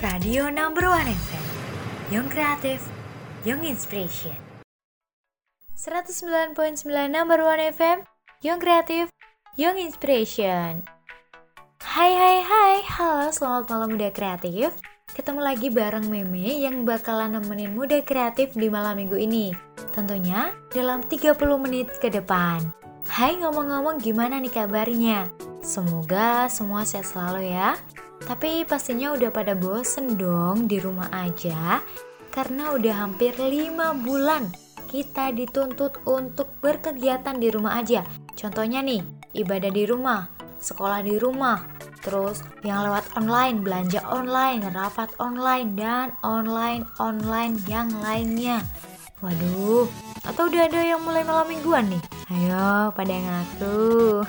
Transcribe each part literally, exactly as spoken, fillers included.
Radio Number One F M, Young Creative, Young Inspiration. seratus sembilan koma sembilan Number One F M, Young Creative, Young Inspiration. Hai hai hai, halo selamat malam muda kreatif. Ketemu lagi bareng Meme yang bakalan nemenin muda kreatif di malam minggu ini. Tentunya dalam tiga puluh menit ke depan. Hai, ngomong-ngomong gimana nih kabarnya? Semoga semua sehat selalu ya. Tapi pastinya udah pada bosen dong di rumah aja. Karena udah hampir lima bulan kita dituntut untuk berkegiatan di rumah aja. Contohnya nih, ibadah di rumah, sekolah di rumah, terus yang lewat online, belanja online, rapat online, dan online-online yang lainnya. Waduh, atau udah ada yang mulai malam mingguan nih? Ayo pada ngaku.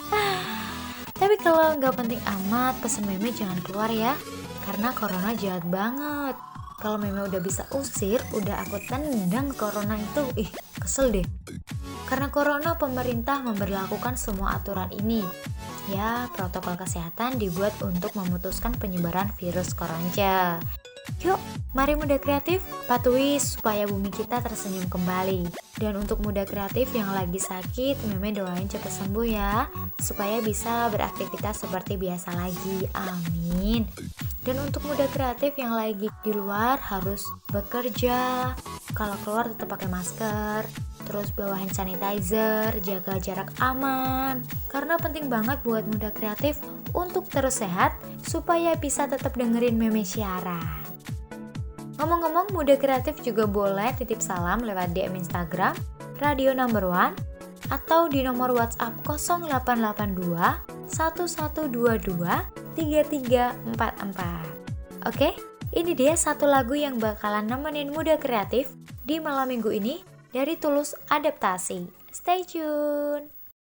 Tapi kalau nggak penting amat, pesen Meme jangan keluar ya. Karena corona jahat banget. Kalau Meme udah bisa usir, udah aku tendang corona itu. Ih, kesel deh. Karena corona pemerintah memberlakukan semua aturan ini. Ya, protokol kesehatan dibuat untuk memutuskan penyebaran virus corona. Yuk, mari muda kreatif, patuhi supaya bumi kita tersenyum kembali. Dan untuk muda kreatif yang lagi sakit, Meme doain cepat sembuh ya, supaya bisa beraktivitas seperti biasa lagi, amin. Dan untuk muda kreatif yang lagi di luar harus bekerja, kalau keluar tetap pakai masker, terus bawa hand sanitizer, jaga jarak aman. Karena penting banget buat muda kreatif untuk terus sehat, supaya bisa tetap dengerin Meme siaran. Ngomong-ngomong, muda kreatif juga boleh titip salam lewat D M Instagram Radio Number One atau di nomor WhatsApp nol delapan delapan dua satu satu dua dua tiga tiga empat empat. Oke, ini dia satu lagu yang bakalan nemenin muda kreatif di malam minggu ini dari Tulus Adaptasi. Stay tune.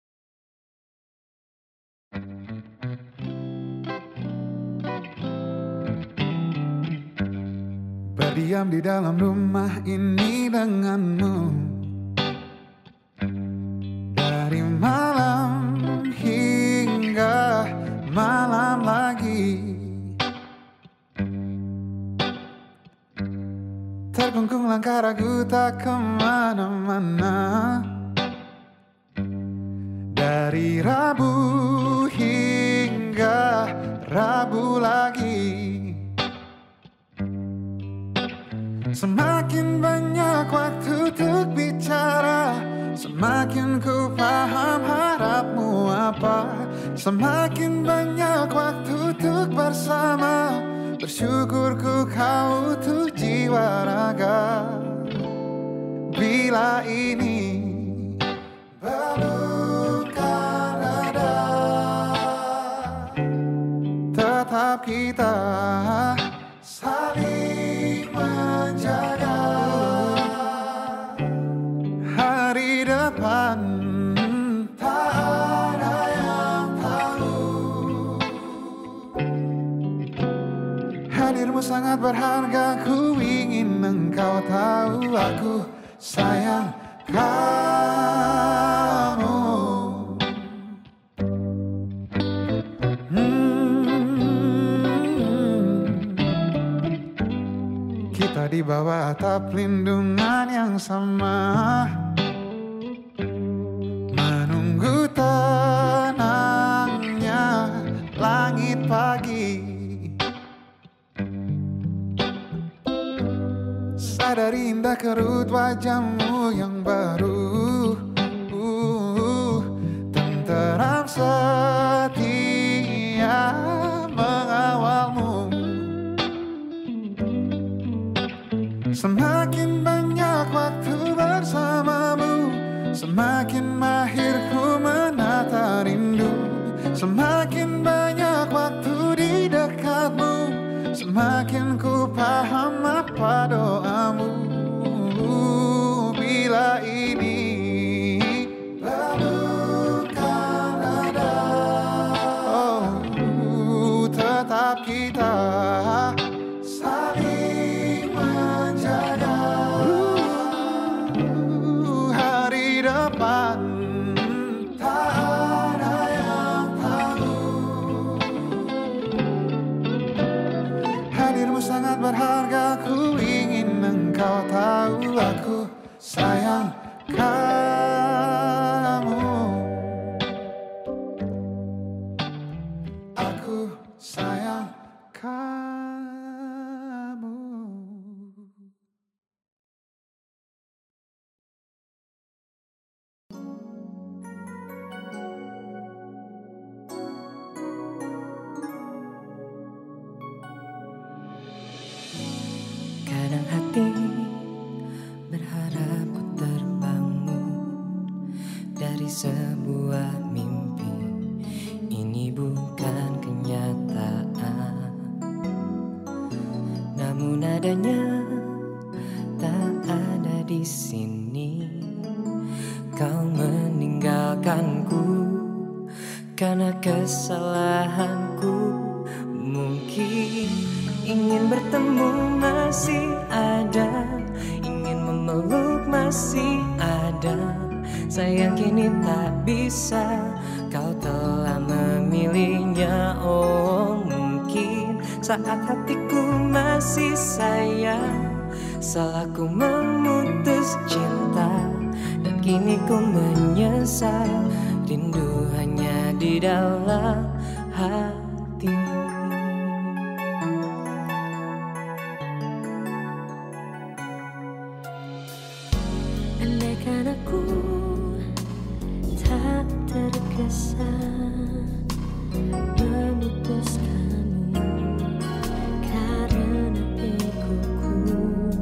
Berdiam di dalam rumah ini denganmu, dari malam hingga malam lagi. Terkungkung langkah ragu tak kemana-mana, dari Rabu hingga Rabu lagi. Semakin banyak waktu untuk bicara, semakin ku paham harapmu apa. Semakin banyak waktu untuk bersama, bersyukur ku kau untuk jiwa raga. Bila ini belumkan ada, tetap kita saling menjaga. Hari depan tak ada yang tahu. Hadirmu sangat berharga, ku ingin engkau tahu. Aku sayang kamu. Kita di bawah atap lindungan yang sama, menunggu tenangnya langit pagi. Sadari indah kerut wajahmu yang baru, uh, tenteram setia mengawalmu. Semakin banyak waktu bersamamu, semakin mahir ku menata rindu. Semakin banyak waktu di dekatmu, semakin ku paham apa doamu. Bila ini belumkan ada, oh, tetap kita saling menjaga. Uh, hari depan tak ada yang tahu. Hadirmu sangat berharga, ku ingin engkau tahu. Aku sayang kamu. Aku sayang kamu. Kadang hati berharap ku terbangun dari sebuah mimpi. Ini bukan kenyataan, namun adanya tak ada di sini. Kau meninggalkanku karena kesalahanku. Mungkin ingin bertemu masih ada, ingin memeluk masih ada. Sayang kini tak bisa, kau telah memilihnya. Oh mungkin saat hatiku masih sayang, salahku memutus cinta. Dan kini ku menyesal, rindu hanya di dalam hati. Andaikan aku tak terkesan memutuskanmu karena egoku,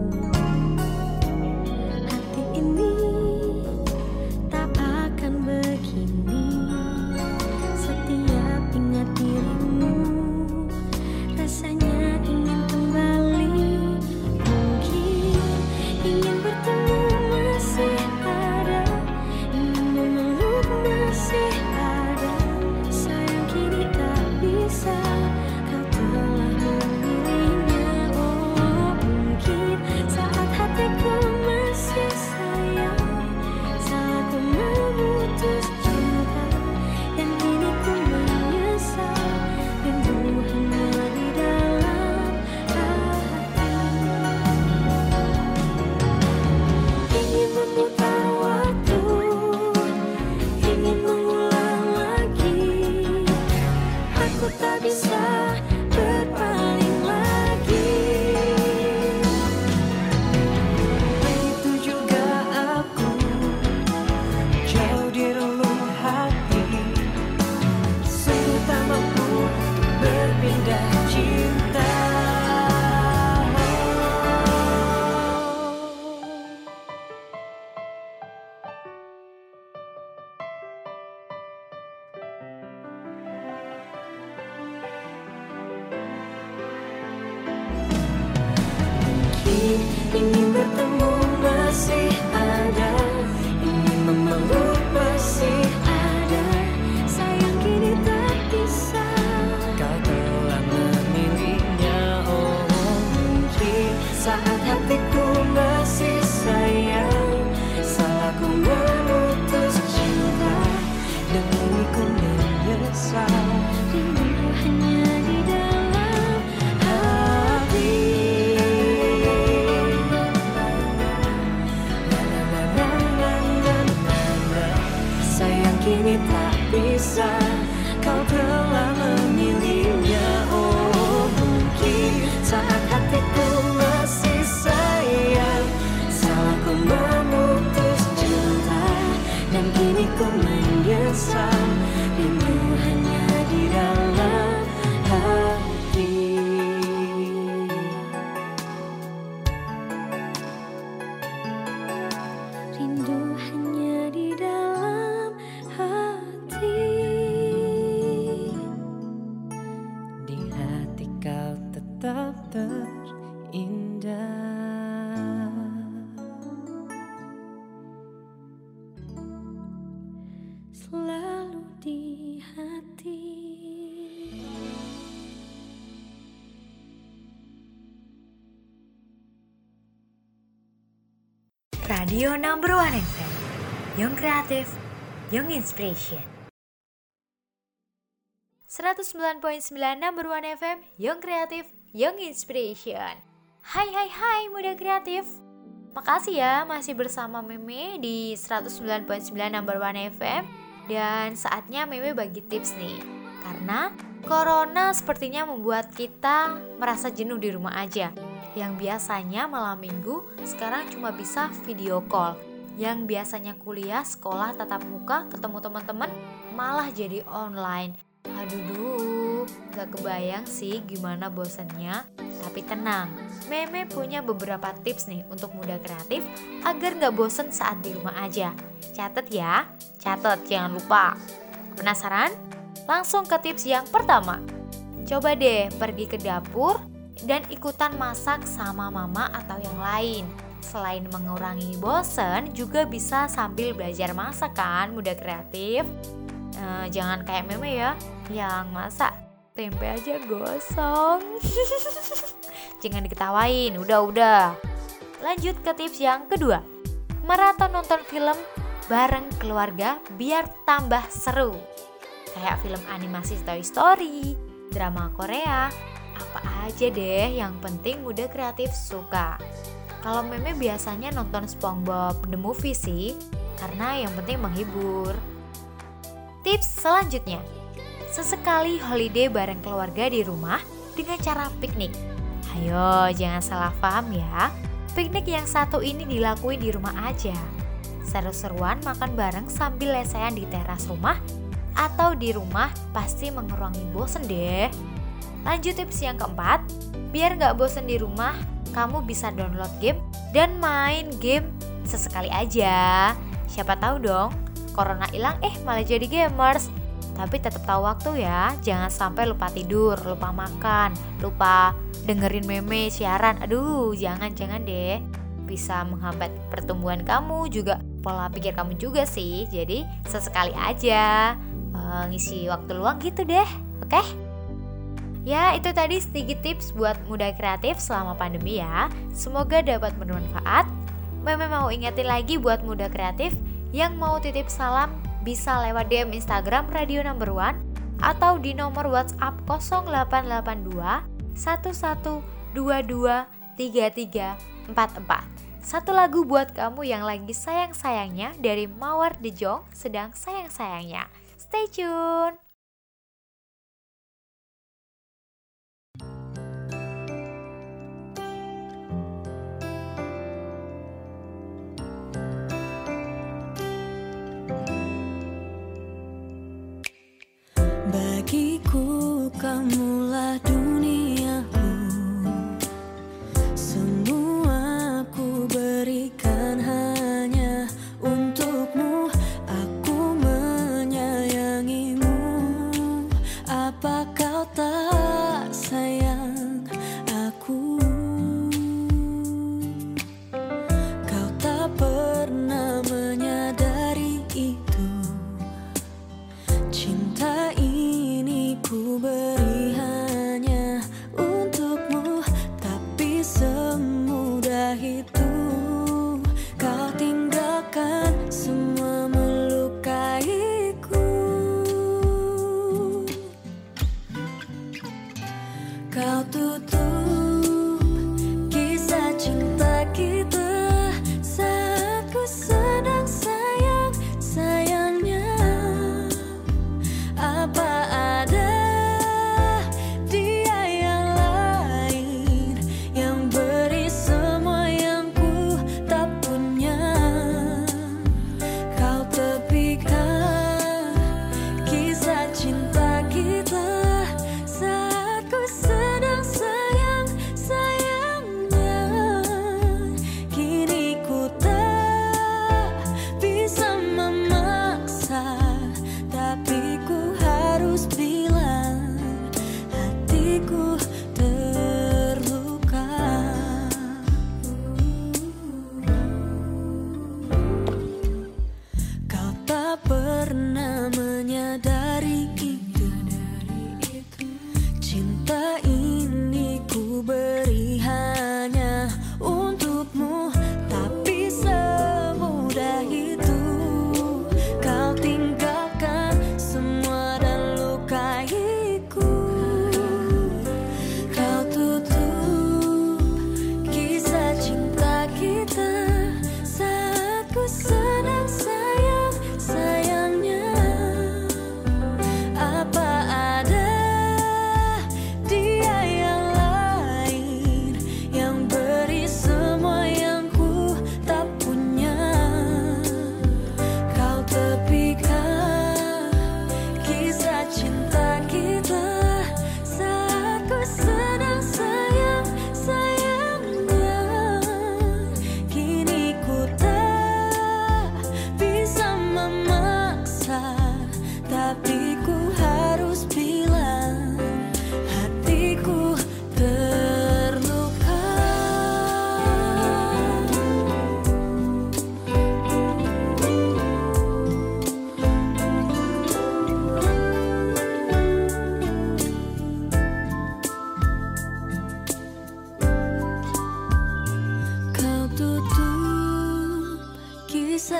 hati ini tak akan begini. Setiap ingat dirimu, rasanya ingin kembali. Mungkin ingin bertemu masih ada, ingin memeluk masih ada. Sayang kini tak bisa, kau telah memilihnya. Oh mungkin saat hatiku masih sayang, salahku memutus cinta. Dan kini ku menyesal, rindu hanya di dalam hati. Ingin memutar waktu, ingin mengulang lagi. Aku tak bisa berpaling lagi. Begitu juga aku, jauh di relung hati. Sungguh tak mampu berpindah cinta. Mungkin ingin bertemu masih ada, ingin memeluk masih ada. Sayang kini tak bisa, kau telah memilihnya. Oh mungkin saat hatiku masih sayang, salahku memutus cinta. Dan kini ku menyesal, rindu hanya di dalam hati. Sayang kini tak bisa, kau telah memilihnya. Oh mungkin saat hatiku masih sayang, salahku memutus cinta. Dan kini ku menyesal, rindu hanya di dalam hati. Rindu hanya di dalam hati. Di hati kau tetap terindah, selalu di hati. Radio number one F M, Young Creative, Young Inspiration. seratus sembilan koma sembilan number one F M, Young Creative, Young Inspiration. Hai hai hai muda kreatif. Makasih ya masih bersama Meme di seratus sembilan koma sembilan Number One F M. Dan saatnya Meme bagi tips nih. Karena Corona sepertinya membuat kita merasa jenuh di rumah aja. Yang biasanya malam minggu sekarang cuma bisa video call. Yang biasanya kuliah, sekolah, tatap muka, ketemu teman-teman malah jadi online. Aduh duh, gak kebayang sih gimana bosennya. Tapi tenang, Meme punya beberapa tips nih untuk muda kreatif agar gak bosen saat di rumah aja. Catet ya, catet jangan lupa. Penasaran? Langsung ke tips yang pertama. Coba deh pergi ke dapur dan ikutan masak sama mama atau yang lain. Selain mengurangi bosen, juga bisa sambil belajar masak kan muda kreatif. Uh, jangan kayak Meme ya, yang masak tempe aja gosong. Jangan diketawain, udah-udah. Lanjut ke tips yang kedua. Maraton nonton film bareng keluarga biar tambah seru. Kayak film animasi Toy Story, drama Korea, apa aja deh yang penting muda kreatif suka. Kalau Meme biasanya nonton SpongeBob The Movie sih, karena yang penting menghibur. Tips selanjutnya, sesekali holiday bareng keluarga di rumah dengan cara piknik. Ayo jangan salah paham ya, piknik yang satu ini dilakuin di rumah aja. Seru-seruan makan bareng sambil lesehan di teras rumah atau di rumah pasti mengurangi bosen deh. Lanjut tips yang keempat, biar gak bosen di rumah, kamu bisa download game dan main game sesekali aja. Siapa tahu dong, Corona hilang eh malah jadi gamers. Tapi tetap tahu waktu ya, jangan sampai lupa tidur, lupa makan, lupa dengerin Meme siaran. Aduh, jangan-jangan deh. Bisa menghambat pertumbuhan kamu, juga pola pikir kamu juga sih. Jadi sesekali aja uh, ngisi waktu luang gitu deh, oke? Okay? Ya, itu tadi sedikit tips buat muda kreatif selama pandemi ya. Semoga dapat bermanfaat. Meme mau ingetin lagi buat muda kreatif yang mau titip salam bisa lewat D M Instagram Radio Number One atau di nomor WhatsApp nol delapan delapan dua satu satu dua dua tiga tiga empat empat. Satu lagu buat kamu yang lagi sayang-sayangnya dari Mawar De Jong sedang sayang-sayangnya. Stay tune. Bagiku kamulah duniaku, semua ku berikan hanya untukmu. Aku menyayangimu, apa kau tak sayang aku? Kau tak pernah menyadari itu. Cinta ini ku beri hanya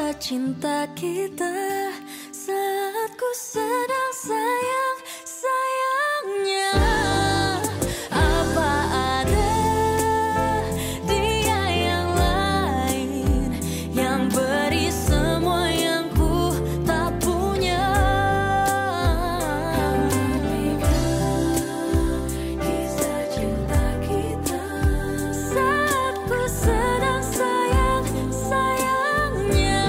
kisah cinta kita saat ku sedang sayang sayangnya. Apa ada dia yang lain yang beri semua yang ku tak punya? Kisah cinta kita saat ku sedang sayang sayangnya.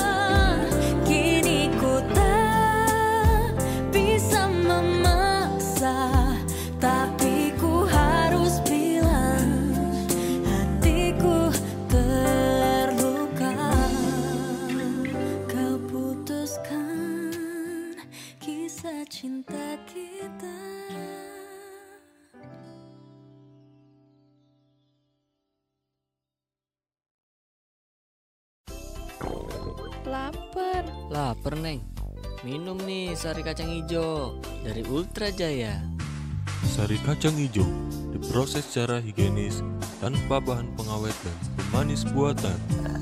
Kini ku tak bisa memaksa, tapi ku harus bilang hatiku terluka. Kau putuskan kisah cinta kita. Lapar. Laper, Neng. Minum nih sari kacang hijau dari Ultra Jaya. Sari kacang hijau diproses secara higienis tanpa bahan pengawet dan pemanis buatan.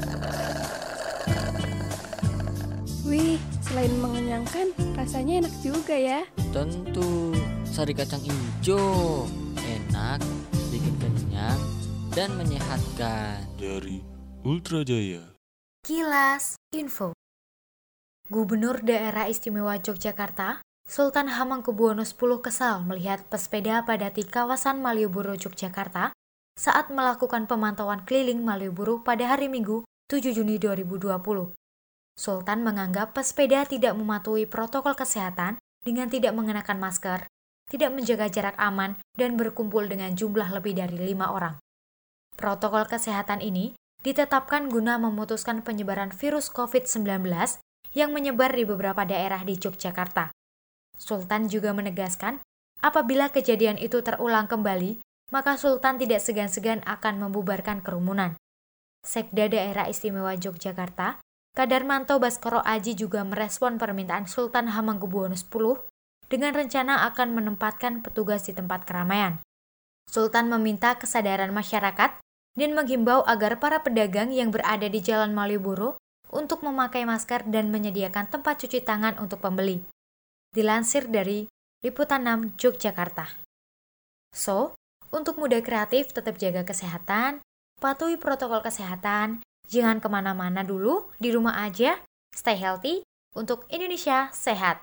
Wih, selain mengenyangkan, rasanya enak juga ya. Tentu sari kacang hijau enak, bikin kenyang, dan menyehatkan. Dari Ultra Jaya. Kilas Info. Gubernur Daerah Istimewa Yogyakarta, Sultan Hamengkubuwono X kesal melihat pesepeda padati kawasan Malioboro, Yogyakarta saat melakukan pemantauan keliling Malioboro pada hari Minggu tujuh Juni dua ribu dua puluh. Sultan menganggap pesepeda tidak mematuhi protokol kesehatan dengan tidak mengenakan masker, tidak menjaga jarak aman, dan berkumpul dengan jumlah lebih dari lima orang. Protokol kesehatan ini ditetapkan guna memutuskan penyebaran virus covid sembilan belas yang menyebar di beberapa daerah di Yogyakarta. Sultan juga menegaskan, apabila kejadian itu terulang kembali, maka Sultan tidak segan-segan akan membubarkan kerumunan. Sekda Daerah Istimewa Yogyakarta, Kadarmanto Baskoro Aji juga merespon permintaan Sultan Hamengkubuwono X dengan rencana akan menempatkan petugas di tempat keramaian. Sultan meminta kesadaran masyarakat dan menghimbau agar para pedagang yang berada di Jalan Malioboro untuk memakai masker dan menyediakan tempat cuci tangan untuk pembeli. Dilansir dari Liputan enam Yogyakarta. So, untuk muda kreatif tetap jaga kesehatan, patuhi protokol kesehatan, jangan kemana-mana dulu, di rumah aja, stay healthy, untuk Indonesia sehat.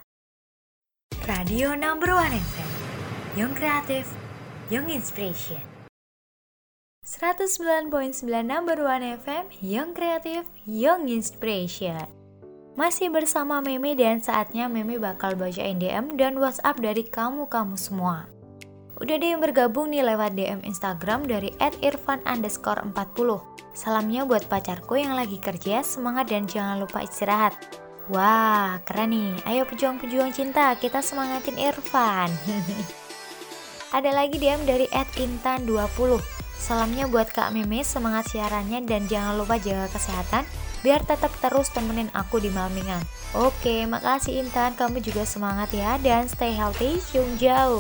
Radio Number One F M, Young Creative, Young Inspiration. seratus sembilan koma sembilan Number One F M, Young Creative, Young Inspiration. Masih bersama Meme dan saatnya Meme bakal bacain D M dan WhatsApp dari kamu-kamu semua. Udah deh yang bergabung nih lewat D M Instagram dari et irfan underscore empat puluh. Salamnya buat pacarku yang lagi kerja, semangat dan jangan lupa istirahat. Wah, keren nih. Ayo pejuang-pejuang cinta, kita semangatin Irfan. Ada lagi D M dari et intan dua puluh. Salamnya buat Kak Meme, semangat siarannya dan jangan lupa jaga kesehatan biar tetap terus temenin aku di Malmingan. Oke, makasih Intan, kamu juga semangat ya dan stay healthy, cium jauh.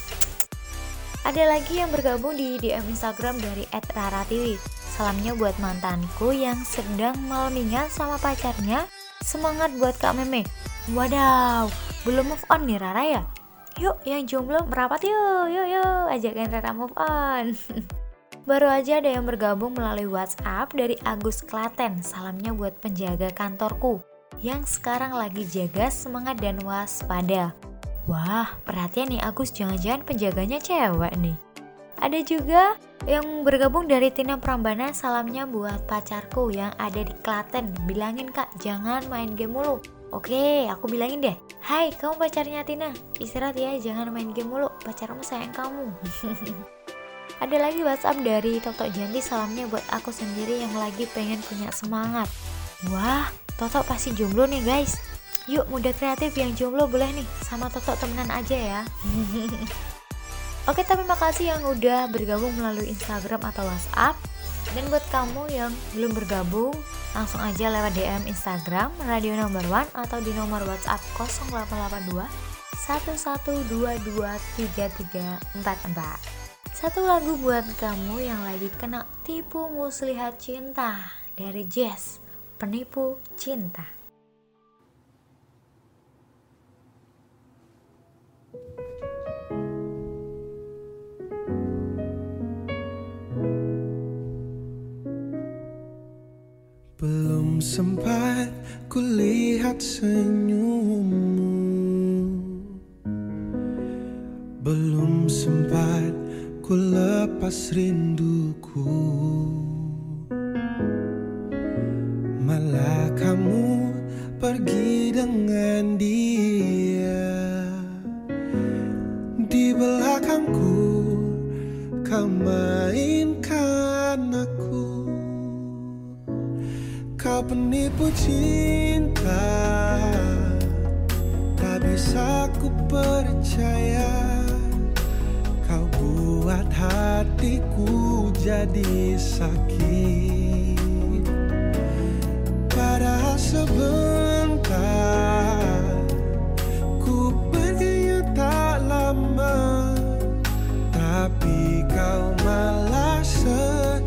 Ada lagi yang bergabung di D M Instagram dari et raratiwi. Salamnya buat mantanku yang sedang Malmingan sama pacarnya. Semangat buat Kak Meme. Wadaw, belum move on nih Rara ya? Yuk, yang jomblo merapat yuk, yuk yuk, ajakin Rara move on. Baru aja ada yang bergabung melalui WhatsApp dari Agus Klaten. Salamnya buat penjaga kantorku yang sekarang lagi jaga, semangat dan waspada. Wah, perhatian nih Agus, jangan-jangan penjaganya cewek nih. Ada juga yang bergabung dari Tina Prambana. Salamnya buat pacarku yang ada di Klaten. Bilangin Kak, jangan main game mulu. Oke, aku bilangin deh. Hai, kamu pacarnya Tina, istirahat ya, jangan main game mulu. Pacarmu sayang kamu. Ada lagi WhatsApp dari Toto Janti. Salamnya buat aku sendiri yang lagi pengen punya semangat. Wah, Toto pasti jomblo nih guys. Yuk muda kreatif yang jomblo boleh nih sama Toto temenan aja ya. Oke, tapi makasih yang udah bergabung melalui Instagram atau WhatsApp. Dan buat kamu yang belum bergabung, langsung aja lewat D M Instagram Radio Number One atau di nomor WhatsApp nol delapan delapan dua satu satu dua dua tiga tiga empat empat. Satu lagu buat kamu yang lagi kena tipu muslihat cinta dari Jazz. Penipu Cinta. Belum sempat kulihat senyummu, belum sempat ku lepas rinduku, malah kamu pergi dengan dia. Di belakangku kau mainkan aku. Kau penipu cinta, tak bisa ku percaya. Kau buat hatiku jadi sakit. Padahal sebentar ku perginya tak lama, tapi kau malah selingkuh.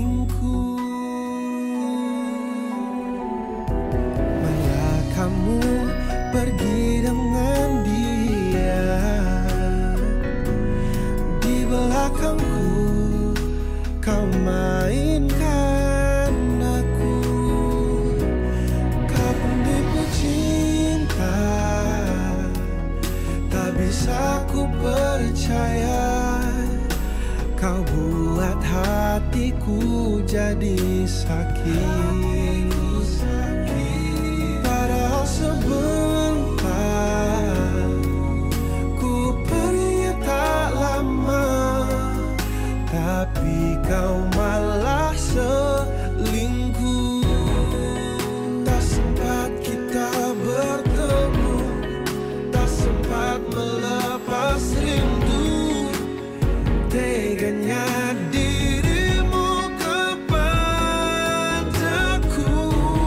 Malah kamu pergi dengan dia. Di belakangku kau mainkan aku. Kau penipu cinta, tak bisa ku percaya. Kau buat hatiku jadi sakit. Padahal sebentar ku pergi tak lama, tapi kau malah selingkuh. Tak sempat kita bertemu, tak sempat melepas rindu. Teganya dirimu kepadaku,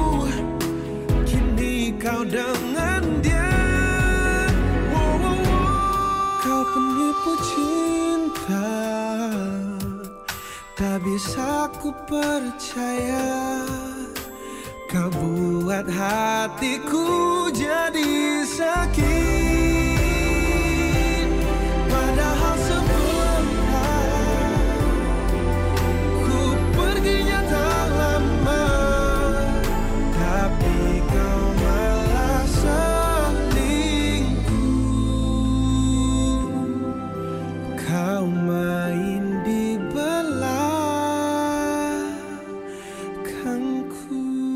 kini kau dengan dia. Wow, wow, wow. Kau penipu cinta, tak bisa ku percaya. Kau buat hatiku jadi sakit. Padahal sebentar ku perginya tak lama, tapi kau malah selingkuh. Kau main di belakangku.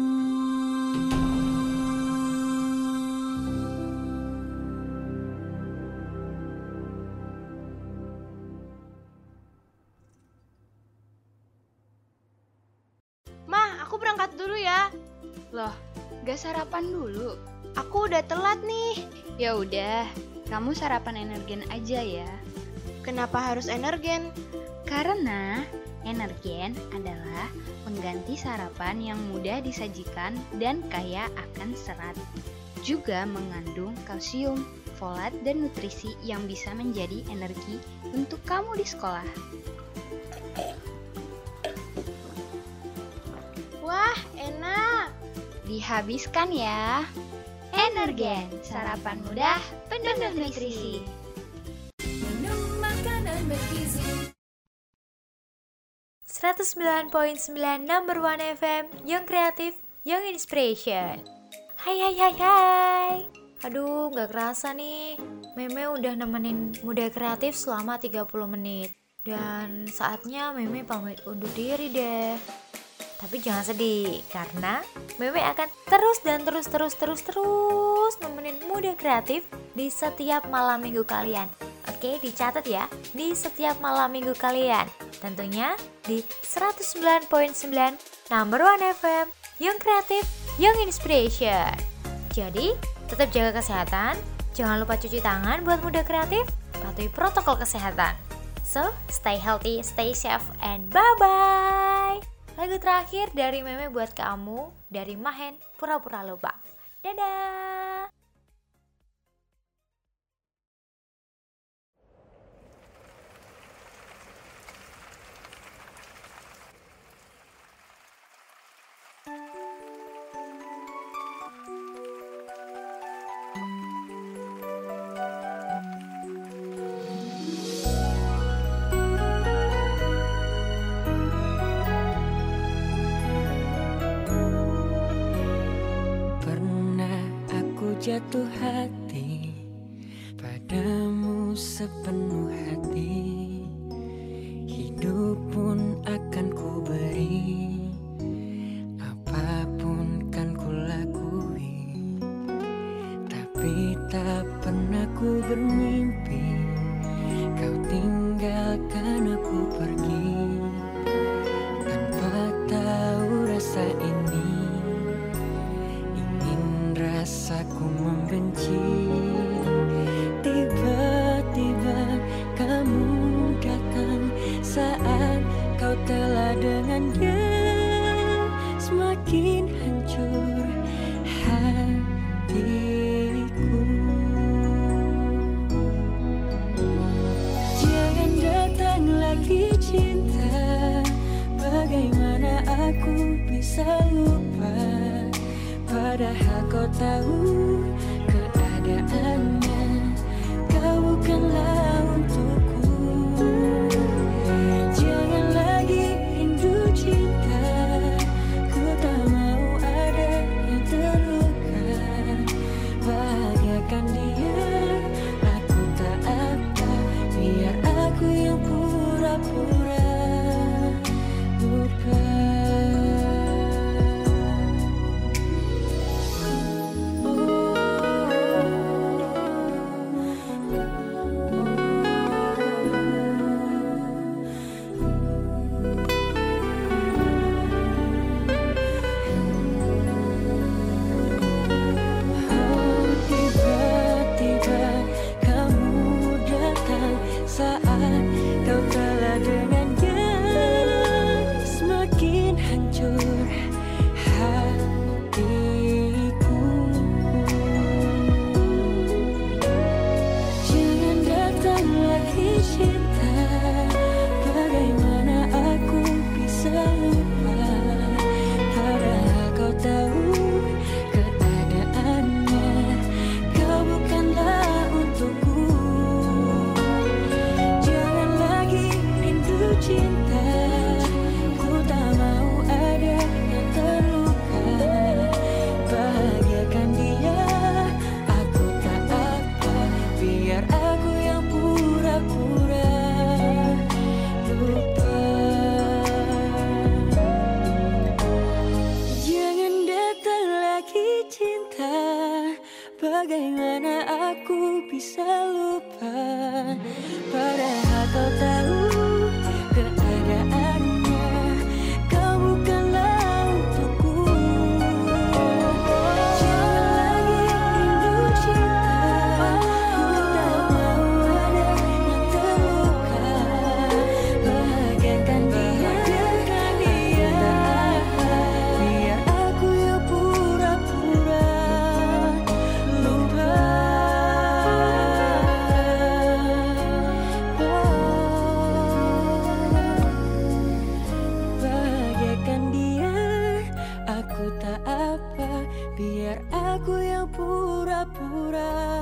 Mah, aku berangkat dulu ya. Loh, gak sarapan dulu? Aku udah telat nih. Ya udah, kamu sarapan Energen aja ya. Kenapa harus Energen? Karena Energen adalah pengganti sarapan yang mudah disajikan dan kaya akan serat. Juga mengandung kalsium, folat, dan nutrisi yang bisa menjadi energi untuk kamu di sekolah. Wah, enak. Dihabiskan ya. Energen, sarapan mudah, penuh nutrisi. Minum makanan bergizi. seratus sembilan koma sembilan Number One F M, Young Creative, Young Inspiration. Hai hai hai hai. Aduh, gak kerasa nih, Meme udah nemenin Muda Kreatif selama tiga puluh menit. Dan saatnya Meme pamit undur diri deh. Tapi jangan sedih, karena Meme akan terus dan terus terus terus terus nemenin Muda Kreatif di setiap malam minggu kalian. Oke, dicatat ya, di setiap malam minggu kalian. Tentunya di seratus sembilan koma sembilan Number One F M, Young Creative, Young Inspiration. Jadi, tetap jaga kesehatan, jangan lupa cuci tangan buat Muda Kreatif, patuhi protokol kesehatan. So, stay healthy, stay safe, and bye-bye. Lagu terakhir dari Meme buat kamu, dari Mahen, Pura-Pura Lupa. Dadah! jatuh hati padamu sepenuh hati, hidup pun akan ku beri, apapun kan ku lakui. Tapi tak pernah ku bermimpi kau tinggalkan aku pergi, tanpa tahu rasa ini, ingin rasaku membenci. Tiba-tiba kamu datang saat kau telah dengan dia, semakin hancur hatiku. Jangan datang lagi cinta, bagaimana aku bisa lupa, padahal kau tahu keadaannya, kau bukanlah untukku. Jangan lagi rindu cinta, ku tak mau ada yang terluka. Bahagiakan dia, aku tak apa, biar aku yang pura-pura lupa. Saat kau telah dengan dia, semakin hancur hatiku. Jangan datang lagi cinta, bagaimana aku bisa lupa, padahal kau tahu keadaannya, kau bukanlah untukku. Cinta, ku tak mau ada yang terluka. Bahagiakan dia, aku tak apa, biar aku yang pura-pura lupa. Jangan datang lagi cinta, bagaimana aku bisa lupa, padahal kau tahu keadaannya, kau bukanlah untukku. Jangan lagi rindu cinta, ku tak mau ada yang terluka. Bahagiakan dia, biar aku yang pura-pura lupa. Aku tak apa, biar aku yang pura-pura